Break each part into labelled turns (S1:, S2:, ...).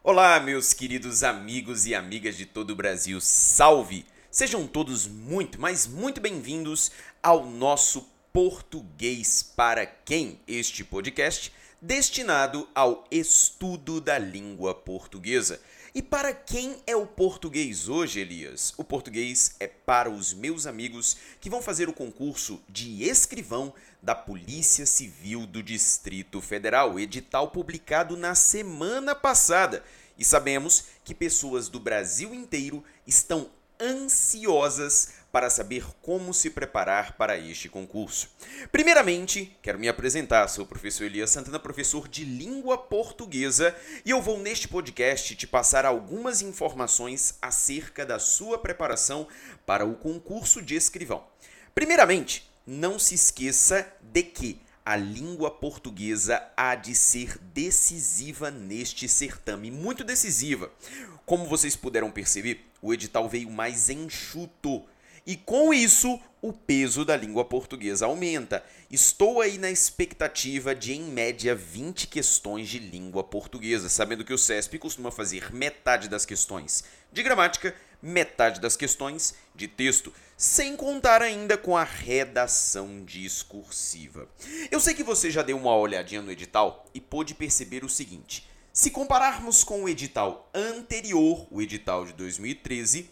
S1: Olá, meus queridos amigos e amigas de todo o Brasil, salve! Sejam todos muito, mas muito bem-vindos ao nosso Português para Quem? Este podcast destinado ao estudo da língua portuguesa. E para quem é o português hoje, Elias? O português é para os meus amigos que vão fazer o concurso de escrivão da Polícia Civil do Distrito Federal, edital publicado na semana passada. E sabemos que pessoas do Brasil inteiro estão ansiosas para saber como se preparar para este concurso. Primeiramente, quero me apresentar, sou o professor Elias Santana, professor de língua portuguesa, e eu vou neste podcast te passar algumas informações acerca da sua preparação para o concurso de escrivão. Primeiramente, não se esqueça de que a língua portuguesa há de ser decisiva neste certame, muito decisiva. Como vocês puderam perceber, o edital veio mais enxuto. E com isso, o peso da língua portuguesa aumenta. Estou aí na expectativa de, em média, 20 questões de língua portuguesa, sabendo que o CESP costuma fazer metade das questões de gramática, metade das questões de texto, sem contar ainda com a redação discursiva. Eu sei que você já deu uma olhadinha no edital e pôde perceber o seguinte: se compararmos com o edital anterior, o edital de 2013,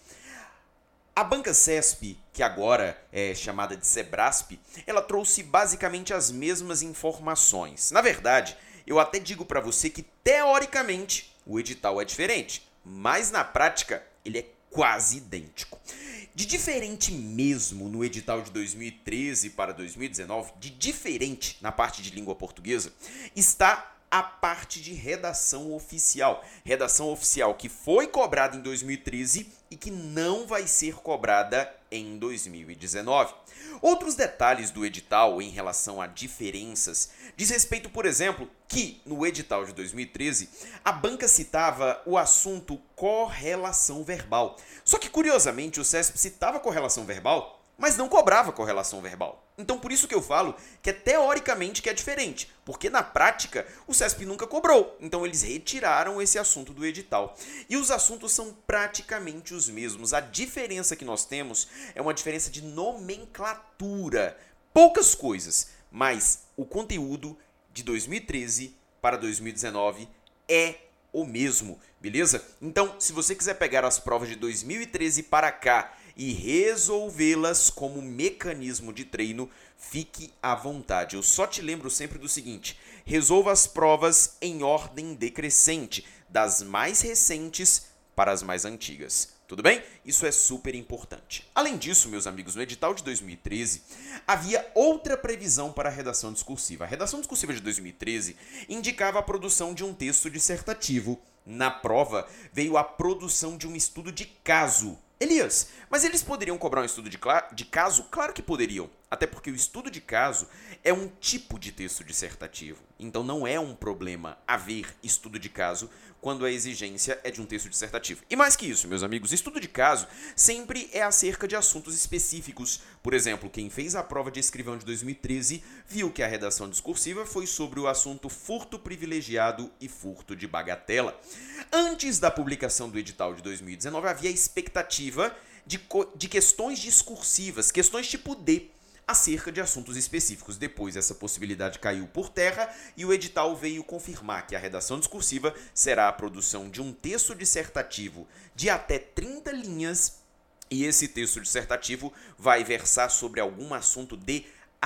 S1: a banca CESP, que agora é chamada de Sebrasp, ela trouxe basicamente as mesmas informações. Na verdade, eu até digo para você que teoricamente o edital é diferente, mas na prática ele é quase idêntico. De diferente mesmo no edital de 2013 para 2019, de diferente na parte de língua portuguesa, está a parte de redação oficial. Redação oficial que foi cobrada em 2013 e que não vai ser cobrada em 2019. Outros detalhes do edital em relação a diferenças diz respeito, por exemplo, que no edital de 2013 a banca citava o assunto correlação verbal. Só que, curiosamente, o CESP citava correlação verbal, mas não cobrava correlação verbal. Então, por isso que eu falo que é teoricamente que é diferente, porque na prática o CESP nunca cobrou. Então, eles retiraram esse assunto do edital. E os assuntos são praticamente os mesmos. A diferença que nós temos é uma diferença de nomenclatura. Poucas coisas, mas o conteúdo de 2013 para 2019 é o mesmo, beleza? Então, se você quiser pegar as provas de 2013 para cá e resolvê-las como mecanismo de treino, fique à vontade. Eu só te lembro sempre do seguinte: resolva as provas em ordem decrescente, das mais recentes para as mais antigas. Tudo bem? Isso é super importante. Além disso, meus amigos, no edital de 2013, havia outra previsão para a redação discursiva. A redação discursiva de 2013 indicava a produção de um texto dissertativo. Na prova, veio a produção de um estudo de caso. Elias, mas eles poderiam cobrar um estudo de caso? Claro que poderiam, até porque o estudo de caso é um tipo de texto dissertativo. Então não é um problema haver estudo de caso quando a exigência é de um texto dissertativo. E mais que isso, meus amigos, estudo de caso sempre é acerca de assuntos específicos. Por exemplo, quem fez a prova de escrivão de 2013 viu que a redação discursiva foi sobre o assunto furto privilegiado e furto de bagatela. Antes da publicação do edital de 2019, havia a expectativa de questões discursivas, questões tipo D, acerca de assuntos específicos. Depois, essa possibilidade caiu por terra e o edital veio confirmar que a redação discursiva será a produção de um texto dissertativo de até 30 linhas e esse texto dissertativo vai versar sobre algum assunto de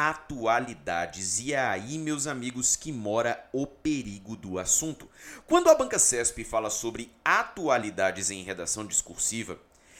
S1: atualidades. E é aí, meus amigos, que mora o perigo do assunto. Quando a banca CESP fala sobre atualidades em redação discursiva,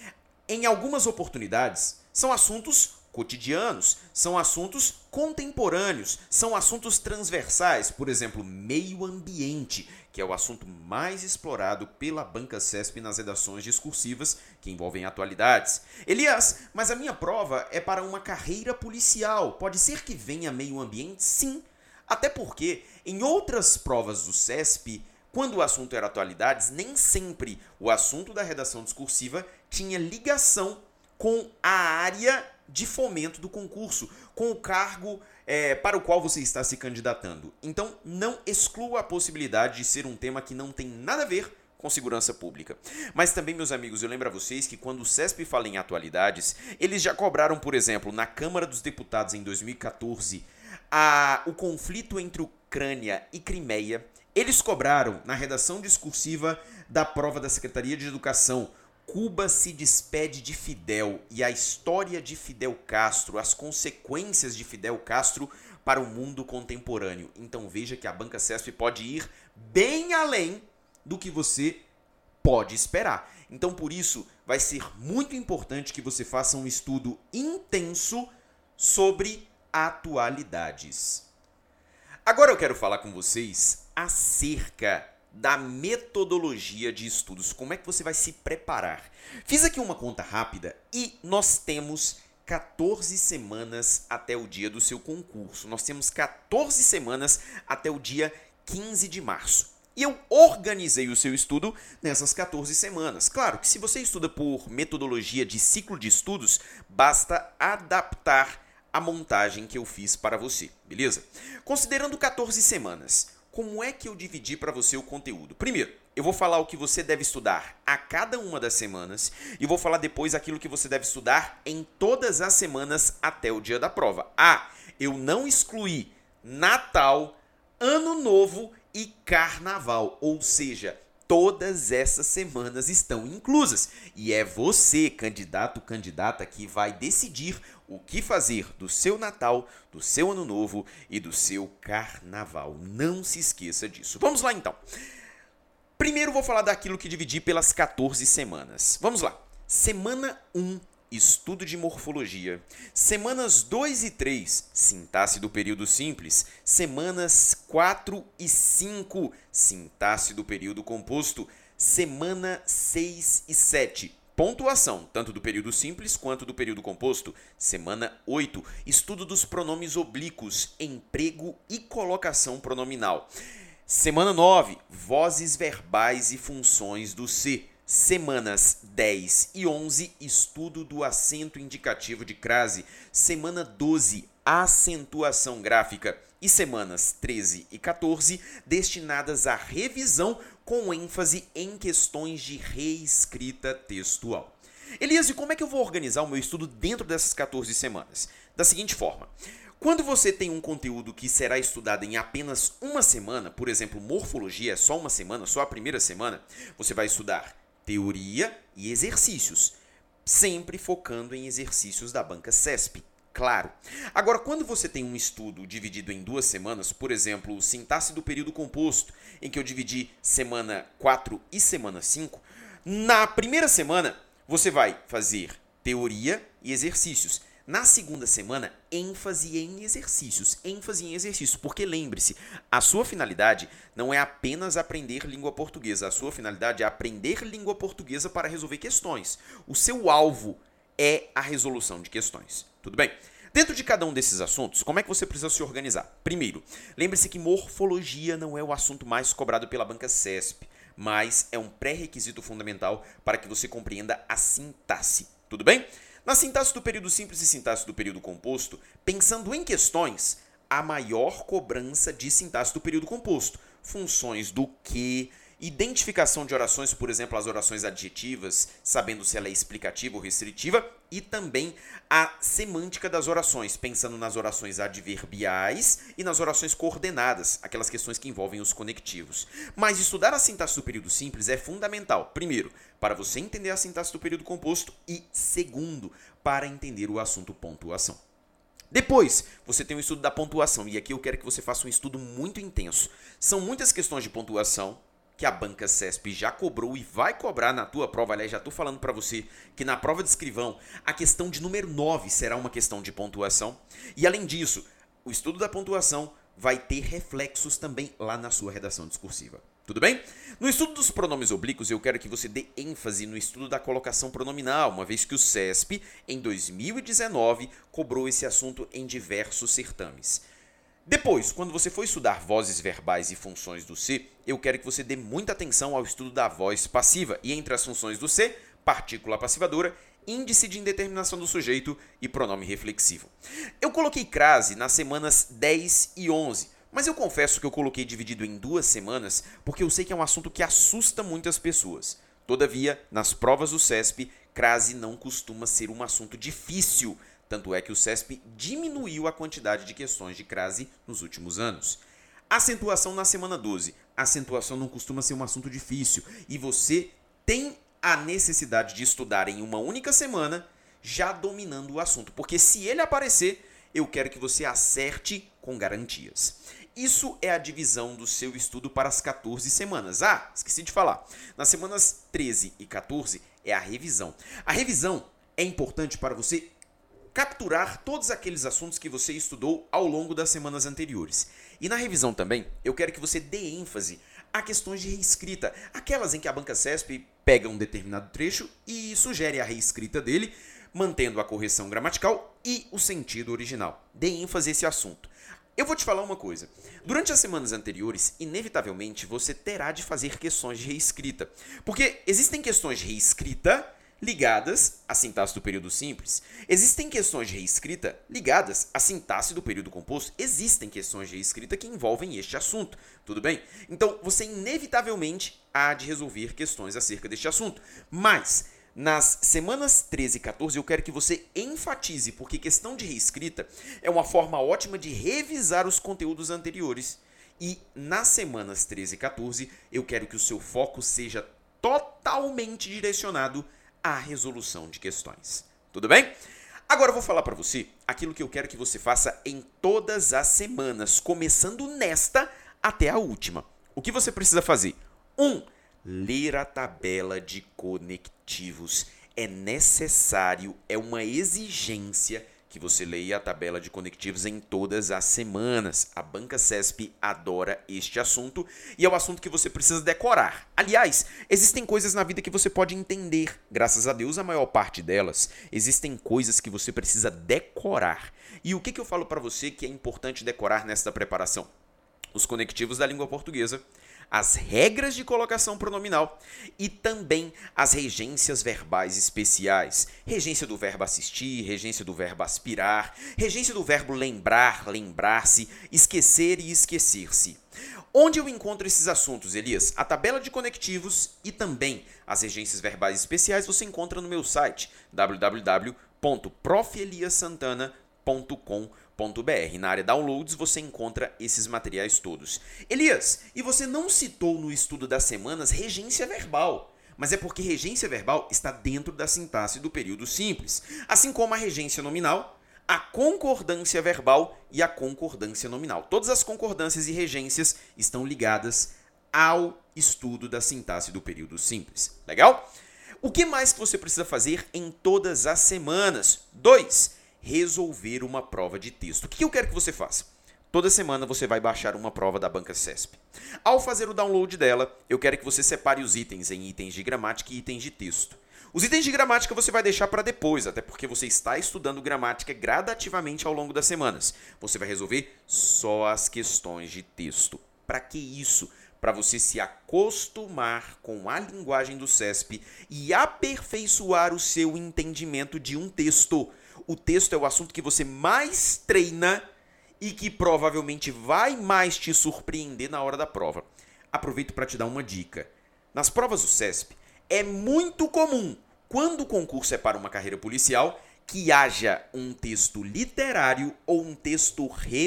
S1: em algumas oportunidades são assuntos cotidianos, são assuntos contemporâneos, são assuntos transversais, por exemplo, meio ambiente, que é o assunto mais explorado pela banca CESP nas redações discursivas que envolvem atualidades. Elias, mas a minha prova é para uma carreira policial, pode ser que venha meio ambiente? Sim, até porque em outras provas do CESP, quando o assunto era atualidades, nem sempre o assunto da redação discursiva tinha ligação com a área de fomento do concurso, com o cargo para o qual você está se candidatando. Então, não exclua a possibilidade de ser um tema que não tem nada a ver com segurança pública. Mas também, meus amigos, eu lembro a vocês que quando o CESP fala em atualidades, eles já cobraram, por exemplo, na Câmara dos Deputados em 2014, o conflito entre Ucrânia e Crimeia. Eles cobraram na redação discursiva da prova da Secretaria de Educação: Cuba se despede de Fidel e a história de Fidel Castro, as consequências de Fidel Castro para o mundo contemporâneo. Então veja que a banca CESP pode ir bem além do que você pode esperar. Então por isso vai ser muito importante que você faça um estudo intenso sobre atualidades. Agora eu quero falar com vocês acerca da metodologia de estudos. Como é que você vai se preparar? Fiz aqui uma conta rápida e nós temos 14 semanas até o dia do seu concurso. Nós temos 14 semanas até o dia 15 de março. E eu organizei o seu estudo nessas 14 semanas. Claro que se você estuda por metodologia de ciclo de estudos, basta adaptar a montagem que eu fiz para você, beleza? Considerando 14 semanas, como é que eu dividi para você o conteúdo? Primeiro, eu vou falar o que você deve estudar a cada uma das semanas e vou falar depois aquilo que você deve estudar em todas as semanas até o dia da prova. Eu não excluí Natal, Ano Novo e Carnaval, ou seja, todas essas semanas estão inclusas. E é você, candidato, candidata, que vai decidir o que fazer do seu Natal, do seu Ano Novo e do seu Carnaval. Não se esqueça disso. Vamos lá, então. Primeiro vou falar daquilo que dividi pelas 14 semanas. Vamos lá. Semana 1, estudo de morfologia. Semanas 2 e 3, sintaxe do período simples. Semanas 4 e 5, sintaxe do período composto. Semana 6 e 7, pontuação, tanto do período simples quanto do período composto. Semana 8, estudo dos pronomes oblíquos, emprego e colocação pronominal. Semana 9, vozes verbais e funções do ser. Semanas 10 e 11, estudo do acento indicativo de crase. Semana 12, acentuação gráfica. E semanas 13 e 14, destinadas à revisão com ênfase em questões de reescrita textual. Elias, e como é que eu vou organizar o meu estudo dentro dessas 14 semanas? Da seguinte forma: quando você tem um conteúdo que será estudado em apenas uma semana, por exemplo, morfologia é só uma semana, só a primeira semana, você vai estudar teoria e exercícios, sempre focando em exercícios da banca CESP, claro. Agora, quando você tem um estudo dividido em 2 semanas, por exemplo, sintaxe do período composto, em que eu dividi semana 4 e semana 5, na primeira semana você vai fazer teoria e exercícios. Na segunda semana, ênfase em exercícios, porque lembre-se, a sua finalidade não é apenas aprender língua portuguesa, a sua finalidade é aprender língua portuguesa para resolver questões. O seu alvo é a resolução de questões, tudo bem? Dentro de cada um desses assuntos, como é que você precisa se organizar? Primeiro, lembre-se que morfologia não é o assunto mais cobrado pela banca CESP, mas é um pré-requisito fundamental para que você compreenda a sintaxe, tudo bem? Na sintaxe do período simples e sintaxe do período composto, pensando em questões, a maior cobrança de sintaxe do período composto. Funções do que, identificação de orações, por exemplo, as orações adjetivas, sabendo se ela é explicativa ou restritiva, e também a semântica das orações, pensando nas orações adverbiais e nas orações coordenadas, aquelas questões que envolvem os conectivos. Mas estudar a sintaxe do período simples é fundamental, primeiro, para você entender a sintaxe do período composto e, segundo, para entender o assunto pontuação. Depois, você tem o estudo da pontuação, e aqui eu quero que você faça um estudo muito intenso. São muitas questões de pontuação que a banca CESP já cobrou e vai cobrar na tua prova. Aliás, já estou falando para você que na prova de escrivão, a questão de número 9 será uma questão de pontuação. E além disso, o estudo da pontuação vai ter reflexos também lá na sua redação discursiva. Tudo bem? No estudo dos pronomes oblíquos, eu quero que você dê ênfase no estudo da colocação pronominal, uma vez que o CESP, em 2019, cobrou esse assunto em diversos certames. Depois, quando você for estudar vozes verbais e funções do ser, eu quero que você dê muita atenção ao estudo da voz passiva e entre as funções do ser, partícula passivadora, índice de indeterminação do sujeito e pronome reflexivo. Eu coloquei crase nas semanas 10 e 11, Mas eu confesso que eu coloquei dividido em 2 semanas porque eu sei que é um assunto que assusta muitas pessoas. Todavia, nas provas do CESP, crase não costuma ser um assunto difícil, tanto é que o CESP diminuiu a quantidade de questões de crase nos últimos anos. Acentuação na semana 12. Acentuação não costuma ser um assunto difícil e você tem a necessidade de estudar em uma única semana já dominando o assunto, porque se ele aparecer, eu quero que você acerte com garantias. Isso é a divisão do seu estudo para as 14 semanas. Ah, esqueci de falar. Nas semanas 13 e 14 é a revisão. A revisão é importante para você capturar todos aqueles assuntos que você estudou ao longo das semanas anteriores. E na revisão também, eu quero que você dê ênfase a questões de reescrita, aquelas em que a banca CESP pega um determinado trecho e sugere a reescrita dele, mantendo a correção gramatical e o sentido original. Dê ênfase a esse assunto. Eu vou te falar uma coisa. Durante as semanas anteriores, inevitavelmente, você terá de fazer questões de reescrita. Porque existem questões de reescrita ligadas à sintaxe do período simples. Existem questões de reescrita ligadas à sintaxe do período composto. Existem questões de reescrita que envolvem este assunto. Tudo bem? Então, você inevitavelmente há de resolver questões acerca deste assunto. Mas nas semanas 13 e 14, eu quero que você enfatize, porque questão de reescrita é uma forma ótima de revisar os conteúdos anteriores. E nas semanas 13 e 14, eu quero que o seu foco seja totalmente direcionado à resolução de questões. Tudo bem? Agora eu vou falar para você aquilo que eu quero que você faça em todas as semanas, começando nesta até a última. O que você precisa fazer? 1. Ler a tabela de conectivos. É necessário, é uma exigência que você leia a tabela de conectivos em todas as semanas. A banca CESP adora este assunto e é o assunto que você precisa decorar. Aliás, existem coisas na vida que você pode entender. Graças a Deus, a maior parte delas. Existem coisas que você precisa decorar. E o que eu falo para você que é importante decorar nesta preparação? Os conectivos da língua portuguesa, as regras de colocação pronominal e também as regências verbais especiais. Regência do verbo assistir, regência do verbo aspirar, regência do verbo lembrar, lembrar-se, esquecer e esquecer-se. Onde eu encontro esses assuntos, Elias? A tabela de conectivos e também as regências verbais especiais você encontra no meu site www.profeliasantana.com.br. Na área Downloads você encontra esses materiais todos. Elias, e você não citou no estudo das semanas regência verbal, mas é porque regência verbal está dentro da sintaxe do período simples, assim como a regência nominal, a concordância verbal e a concordância nominal. Todas as concordâncias e regências estão ligadas ao estudo da sintaxe do período simples. Legal? O que mais que você precisa fazer em todas as semanas? 2. Resolver uma prova de texto. O que eu quero que você faça? Toda semana você vai baixar uma prova da banca CESP. Ao fazer o download dela, eu quero que você separe os itens em itens de gramática e itens de texto. Os itens de gramática você vai deixar para depois, até porque você está estudando gramática gradativamente ao longo das semanas. Você vai resolver só as questões de texto. Para que isso? Para você se acostumar com a linguagem do CESP e aperfeiçoar o seu entendimento de um texto. O texto é o assunto que você mais treina e que provavelmente vai mais te surpreender na hora da prova. Aproveito para te dar uma dica. Nas provas do CESP, é muito comum, quando o concurso é para uma carreira policial, que haja um texto literário ou um texto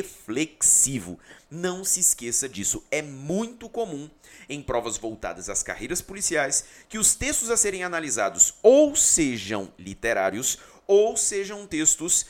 S1: reflexivo. Não se esqueça disso. É muito comum em provas voltadas às carreiras policiais que os textos a serem analisados ou sejam literários ou sejam textos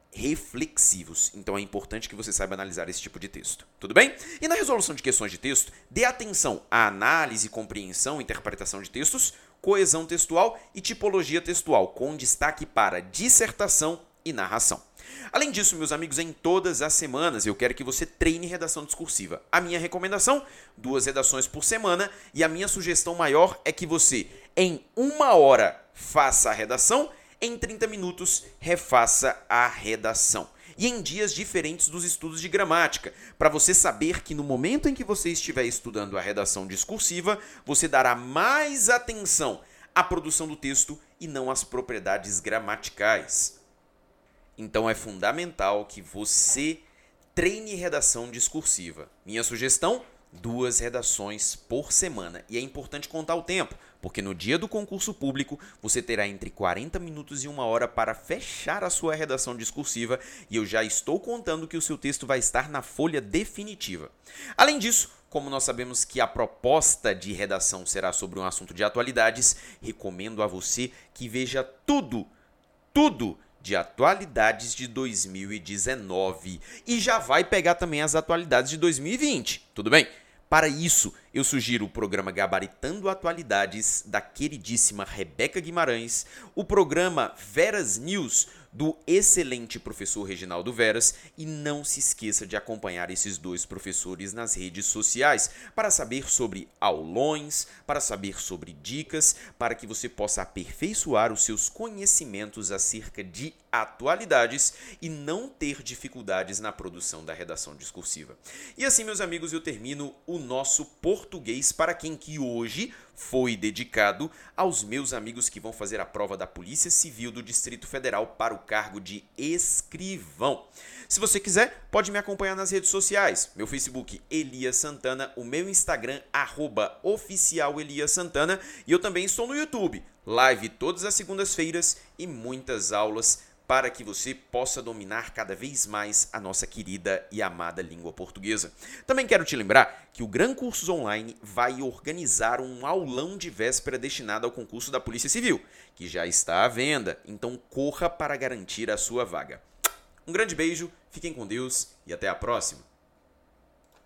S1: reflexivos. Então é importante que você saiba analisar esse tipo de texto. Tudo bem? E na resolução de questões de texto, dê atenção à análise, compreensão, interpretação de textos, coesão textual e tipologia textual, com destaque para dissertação e narração. Além disso, meus amigos, em todas as semanas eu quero que você treine redação discursiva. A minha recomendação, 2 redações por semana, e a minha sugestão maior é que você, em 1 hora, faça a redação, em 30 minutos, refaça a redação. E em dias diferentes dos estudos de gramática, para você saber que no momento em que você estiver estudando a redação discursiva, você dará mais atenção à produção do texto e não às propriedades gramaticais. Então é fundamental que você treine redação discursiva. Minha sugestão: 2 redações por semana. E é importante contar o tempo, porque no dia do concurso público você terá entre 40 minutos e 1 hora para fechar a sua redação discursiva e eu já estou contando que o seu texto vai estar na folha definitiva. Além disso, como nós sabemos que a proposta de redação será sobre um assunto de atualidades, recomendo a você que veja tudo de atualidades de 2019 e já vai pegar também as atualidades de 2020, tudo bem? Para isso, eu sugiro o programa Gabaritando Atualidades da queridíssima Rebeca Guimarães, o programa Veras News do excelente professor Reginaldo Veras e não se esqueça de acompanhar esses 2 professores nas redes sociais para saber sobre aulões, para saber sobre dicas, para que você possa aperfeiçoar os seus conhecimentos acerca de atualidades e não ter dificuldades na produção da redação discursiva. E assim, meus amigos, eu termino o nosso Português para Quem, que hoje foi dedicado aos meus amigos que vão fazer a prova da Polícia Civil do Distrito Federal para o cargo de escrivão. Se você quiser, pode me acompanhar nas redes sociais. Meu Facebook, Elias Santana, o meu Instagram, @oficialeliassantana, e eu também estou no YouTube. Live todas as segundas-feiras e muitas aulas para que você possa dominar cada vez mais a nossa querida e amada língua portuguesa. Também quero te lembrar que o Gran Cursos Online vai organizar um aulão de véspera destinado ao concurso da Polícia Civil, que já está à venda, então corra para garantir a sua vaga. Um grande beijo, fiquem com Deus e até a próxima!